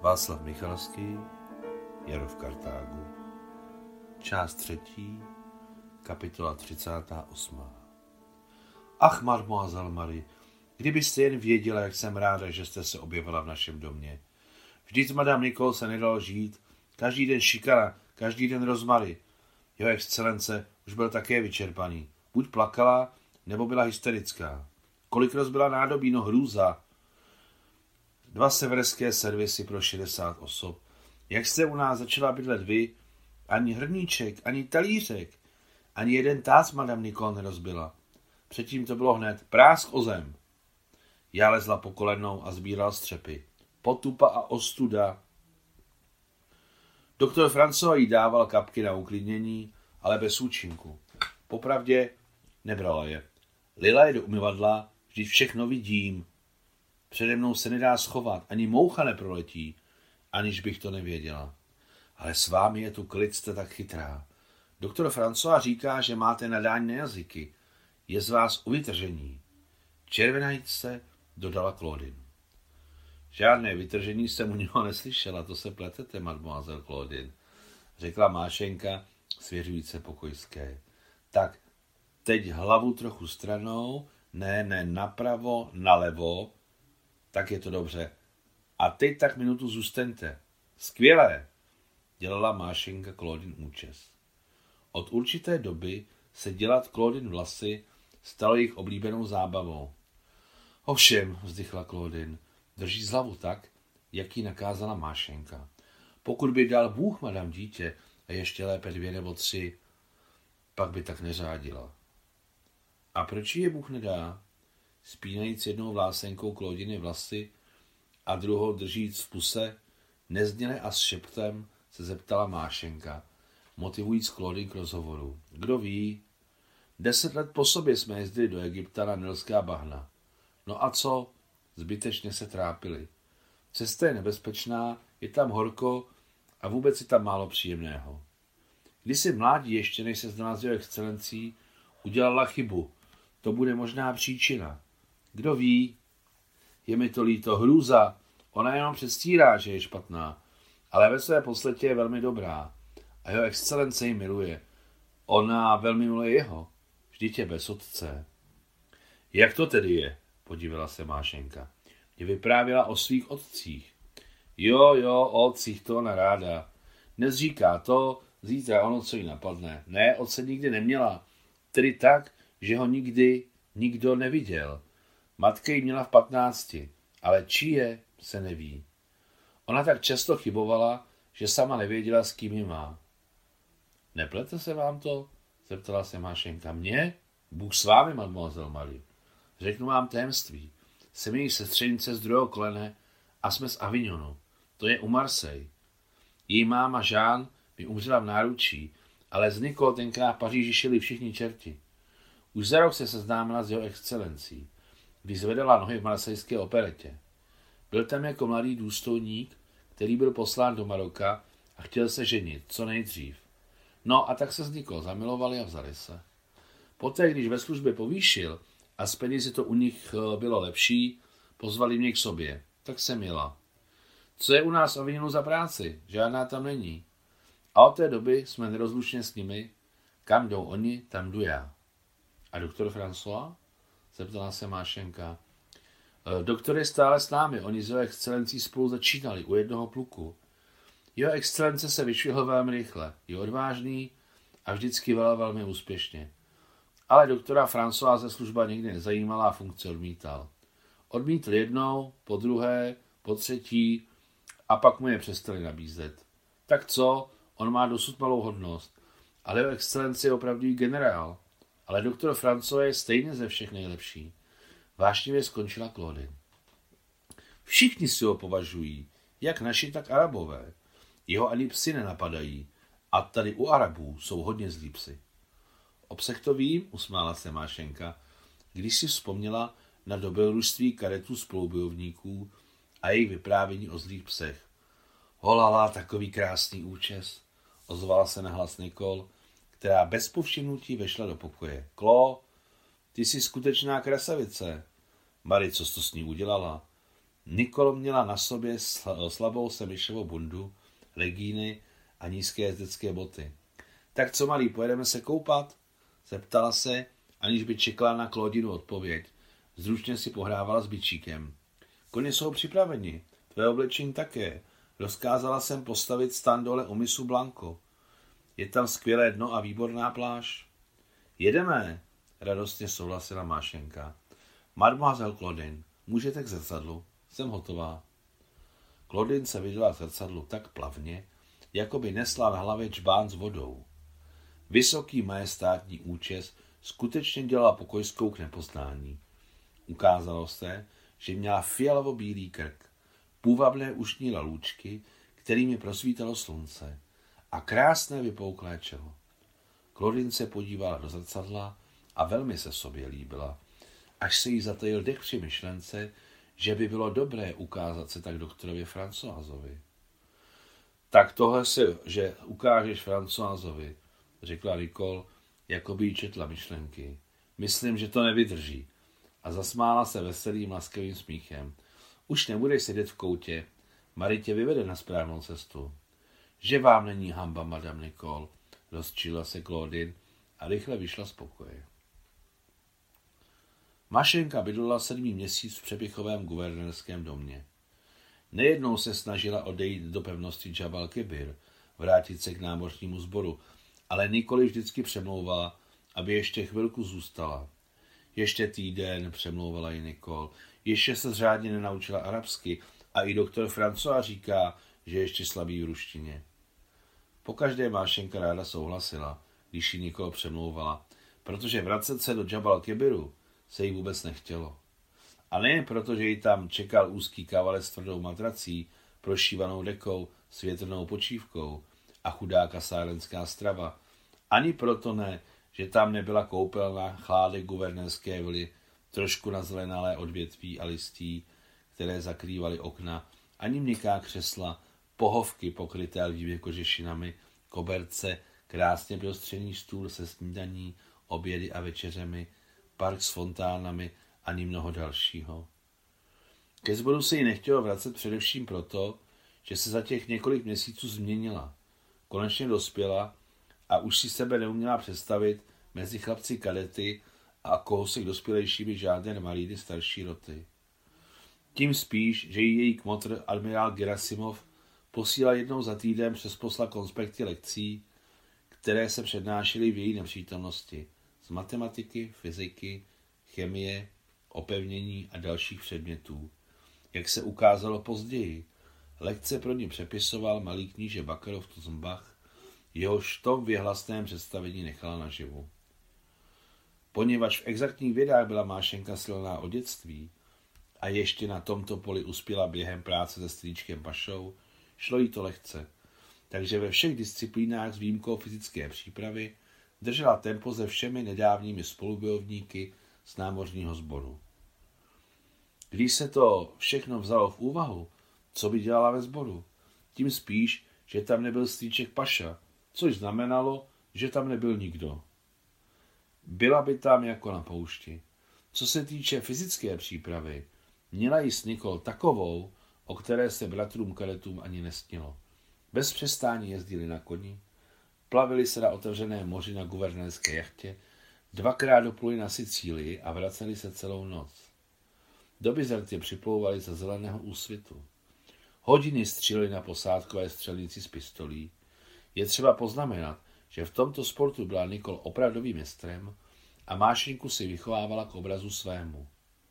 Václav Michalský, Jaro v Kartágu, část 3, kapitola 38. Ach, mademoiselle Marie, kdybyste jen věděla, jak jsem ráda, že jste se objevila v našem domě. Vždyť s madame Nicole se nedalo žít, každý den šikana, každý den rozmary. Jeho excelence už byl také vyčerpaný. Buď plakala, nebo byla hysterická. Kolik rozbila nádobí, no hrůza. 2 severské servisy pro 60 osob. Jak jste u nás začala bydlet vy, ani hrníček, ani talířek, ani jeden tác madame Nicole nerozbila. Předtím to bylo hned prásk o zem. Já lezla po kolenou a sbíral střepy. Potupa a ostuda. Doktor François jí dával kapky na uklidnění, ale bez účinku. Popravdě nebrala je. Lila je do umyvadla, vždyť všechno vidím. Přede mnou se nedá schovat, ani moucha neproletí, aniž bych to nevěděla. Ale s vámi je tu klid, jste tak chytrá. Doktor François říká, že máte nadání na jazyky. Je z vás u vytržení. Červenajíce, dodala Claudine. Žádné vytržení jsem u něho neslyšela, to se pletete, mademoiselle Claudine, řekla Mášenka svěřujíce pokojské. Tak, teď hlavu trochu stranou, ne, napravo, nalevo, tak je to dobře. A teď tak minutu zůstaňte. Skvělé, dělala Mášenka Claudine účes. Od určité doby se dělat Claudine vlasy stalo jejich oblíbenou zábavou. Ovšem, vzdychla Claudine, drží hlavu tak, jak jí nakázala Mášenka. Pokud by dal Bůh madam dítě a ještě lépe 2 nebo 3, pak by tak neřádila. A proč je Bůh nedá? Spínajíc jednou vlásenkou Claudiny vlasy a druhou držíc v puse, nezněle a s šeptem se zeptala Mášenka, motivujíc Claudine k rozhovoru. Kdo ví? 10 let po sobě jsme jezdili do Egypta na nilská bahna. No a co? Zbytečně se trápili. Cesta je nebezpečná, je tam horko a vůbec je tam málo příjemného. Když si mládí, ještě než se znala s jeho excelencí, udělala chybu. To bude možná příčina. Kdo ví? Je mi to líto, hrůza. Ona jenom předstírá, že je špatná, ale ve své podstatě je velmi dobrá. A jeho excelence ji miluje. Ona velmi miluje jeho. Vždyť je bez otce. Jak to tedy je? Podívala se Mášenka. Mě vyprávěla o svých otcích. Jo, o otcích, to ona ráda. Dnes říká to, zítra ono, co jí napadne. Ne, otce nikdy neměla. Tedy tak, že ho nikdy nikdo neviděl. Matka ji měla v 15, ale čí je, se neví. Ona tak často chybovala, že sama nevěděla, s kým ji má. Neplete se vám to? Zeptala se Mášenka. Mně? Bůh s vámi, mademoiselle Marie. Řeknu vám tajemství. Jsem její sestřenice z 2. kolene a jsme z Avignonu. To je u Marseille. Její máma Jeanne mi umřela v náručí, ale z Nicole tenkrát v Paříži šili všichni čerti. Už za rok se seznámila s jeho excelencí, když zvedala nohy v marsejské operetě. Byl tam jako mladý důstojník, který byl poslán do Maroka a chtěl se ženit, co nejdřív. No a tak se s Nicole zamilovali a vzali se. Poté, když ve službě povýšil a z penězi to u nich bylo lepší, pozvali mě k sobě. Tak jsem jela. Co je u nás o Avignonu za práci? Žádná tam není. A od té doby jsme nerozlučně s nimi. Kam jdou oni, tam jdu já. A doktor François? Zeptala se Mášenka. Doktor je stále s námi, oni s jeho excelencí spolu začínali u jednoho pluku. Jeho excelence se vyšvihl velmi rychle, je odvážný a vždycky velel velmi úspěšně. Ale doktora François ze služba nikdy nezajímala a funkce odmítal. Odmítl jednou, po druhé, po třetí a pak mu je přestali nabízet. Tak co? On má dosud malou hodnost, ale jeho excelence je opravdový generál. Ale doktor François je stejně ze všech nejlepší. Vášnivě skončila Claudine. Všichni si ho považují, jak naši, tak Arabové. Jeho ani psi nenapadají. A tady u Arabů jsou hodně zlí psi. Obsah to vím, usmála se Mášenka, když si vzpomněla na dobrodružství karetů spolubojovníků a jejich vyprávění o zlých psech. Holala, takový krásný účes, ozvala se nahlas Nicole, která bez povšimnutí vešla do pokoje. Klo, ty jsi skutečná krasavice. Marie, co jsi to s ní udělala? Nikol měla na sobě slabou semišovou bundu, legíny a nízké jezdecké boty. Tak co, malý, pojedeme se koupat? Zeptala se, aniž by čekala na Claudinu odpověď. Zručně si pohrávala s bičíkem. Koně jsou připraveni, tvé oblečení také. Rozkázala jsem postavit stan dole u mysu Blanco. Je tam skvělé dno a výborná pláž. Jedeme, radostně souhlasila Mášenka. Mademoiselle Claudine, můžete k zrcadlu, jsem hotová. Claudine se viděla v zrcadlu tak plavně, jako by nesla na hlavě čbán s vodou. Vysoký majestátní účes skutečně dělala pokojskou k nepoznání. Ukázalo se, že měla fialovo-bílý krk, půvabné ušní lalůčky, kterými prosvítalo slunce, a krásné vypouklé čelo. Claudine se podívala do zrcadla a velmi se sobě líbila, až se jí zatajil dech při myšlence, že by bylo dobré ukázat se tak doktorovi Françoisovi. Tak tohle se, že ukážeš Françoisovi, řekla Nicole, jako by jí četla myšlenky. Myslím, že to nevydrží. A zasmála se veselým, laskavým smíchem. Už nebudeš sedět v koutě. Marie tě vyvede na správnou cestu. Že vám není hamba, madame Nicole, rozčíla se Claudine a rychle vyšla z pokoje. Mašenka bydlela 7. měsíc v přepichovém guvernérském domě. Nejednou se snažila odejít do pevnosti Jabal Kebir, vrátit se k námořnímu sboru, ale Nicole vždycky přemlouvala, aby ještě chvilku zůstala. Ještě týden, přemlouvala ji Nicole, ještě se řádně nenaučila arabsky a i doktor François říká, že ještě slabý v ruštině. Pokaždé Mášenka ráda souhlasila, když ji Nicole přemlouvala, protože vracet se do Jabal Kebiru se jí vůbec nechtělo. A nejen proto, že ji tam čekal úzký kavalec s tvrdou matrací, prošívanou dekou, s větrnou počívkou a chudá kasárenská strava. Ani proto ne, že tam nebyla koupelna, chládek guvernérské vily, trošku nazelenalé odvětví a listí, které zakrývaly okna, ani měkká křesla, pohovky pokryté lvými kožešinami, koberce, krásně prostřený stůl se snídaní, obědy a večeřemi, park s fontánami, ani mnoho dalšího. Ke sboru se jí nechtělo vracet především proto, že se za těch několik měsíců změnila. Konečně dospěla a už si sebe neuměla představit mezi chlapci kadety a kohousek dospělejšími žádné malídy starší roty. Tím spíš, že jí její kmotr admirál Gerasimov posílal jednou za týden přes posla konspekty lekcí, které se přednášely v její nepřítomnosti z matematiky, fyziky, chemie, opevnění a dalších předmětů. Jak se ukázalo později, lekce pro ní přepisoval malý kníže Bakarov Tuzenbach, jehož v tom věhlasném představení nechala naživu. Poněvadž v exaktních vědách byla Mášenka silná od dětství a ještě na tomto poli uspěla během práce se strýčkem Pašou, šlo jí to lehce, takže ve všech disciplínách s výjimkou fyzické přípravy držela tempo se všemi nedávnými spolubojovníky z námořního sboru. Když se to všechno vzalo v úvahu, co by dělala ve sboru, tím spíš, že tam nebyl strýček Paša, což znamenalo, že tam nebyl nikdo. Byla by tam jako na poušti. Co se týče fyzické přípravy, měla ji s Nicole takovou, o které se bratrům kadetům ani nesnilo. Bez přestání jezdili na koni, plavili se na otevřené moři na guvernérské jachtě, dvakrát dopluli na Sicílii a vraceli se celou noc. Do Bizerty připlouvali za zeleného úsvitu. Hodiny stříleli na posádkové střelnici z pistolí. Je třeba poznamenat, že v tomto sportu byla Nicole opravdovým mistrem a Mášenku si vychovávala k obrazu svému.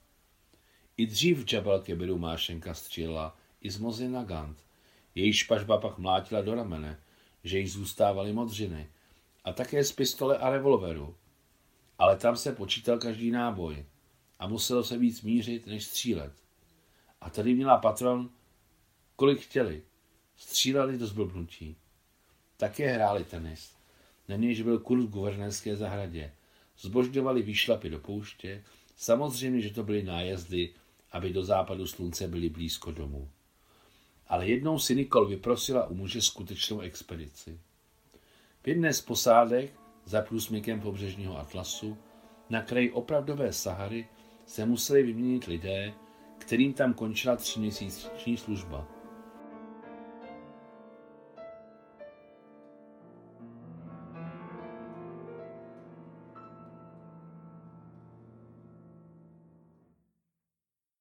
I dřív v Jabal Kebiru Mášenka střílela i z Mozy Nagant. Její špažba pak mlátila do ramene, že jí zůstávaly modřiny, a také z pistole a revolveru. Ale tam se počítal každý náboj a muselo se víc mířit, než střílet. A tady měla patron, kolik chtěli. Stříleli do zblbnutí. Také hráli tenis. Na nějž byl kurz v guvernérské zahradě. Zbožňovali výšlapy do pouště. Samozřejmě, že to byly nájezdy, aby do západu slunce byli blízko domů. Ale jednou si Nicole vyprosila u muže skutečnou expedici. V jedné z posádek za průsmykem pobřežního Atlasu na kraji opravdové Sahary se museli vyměnit lidé, kterým tam končila 3měsíční služba.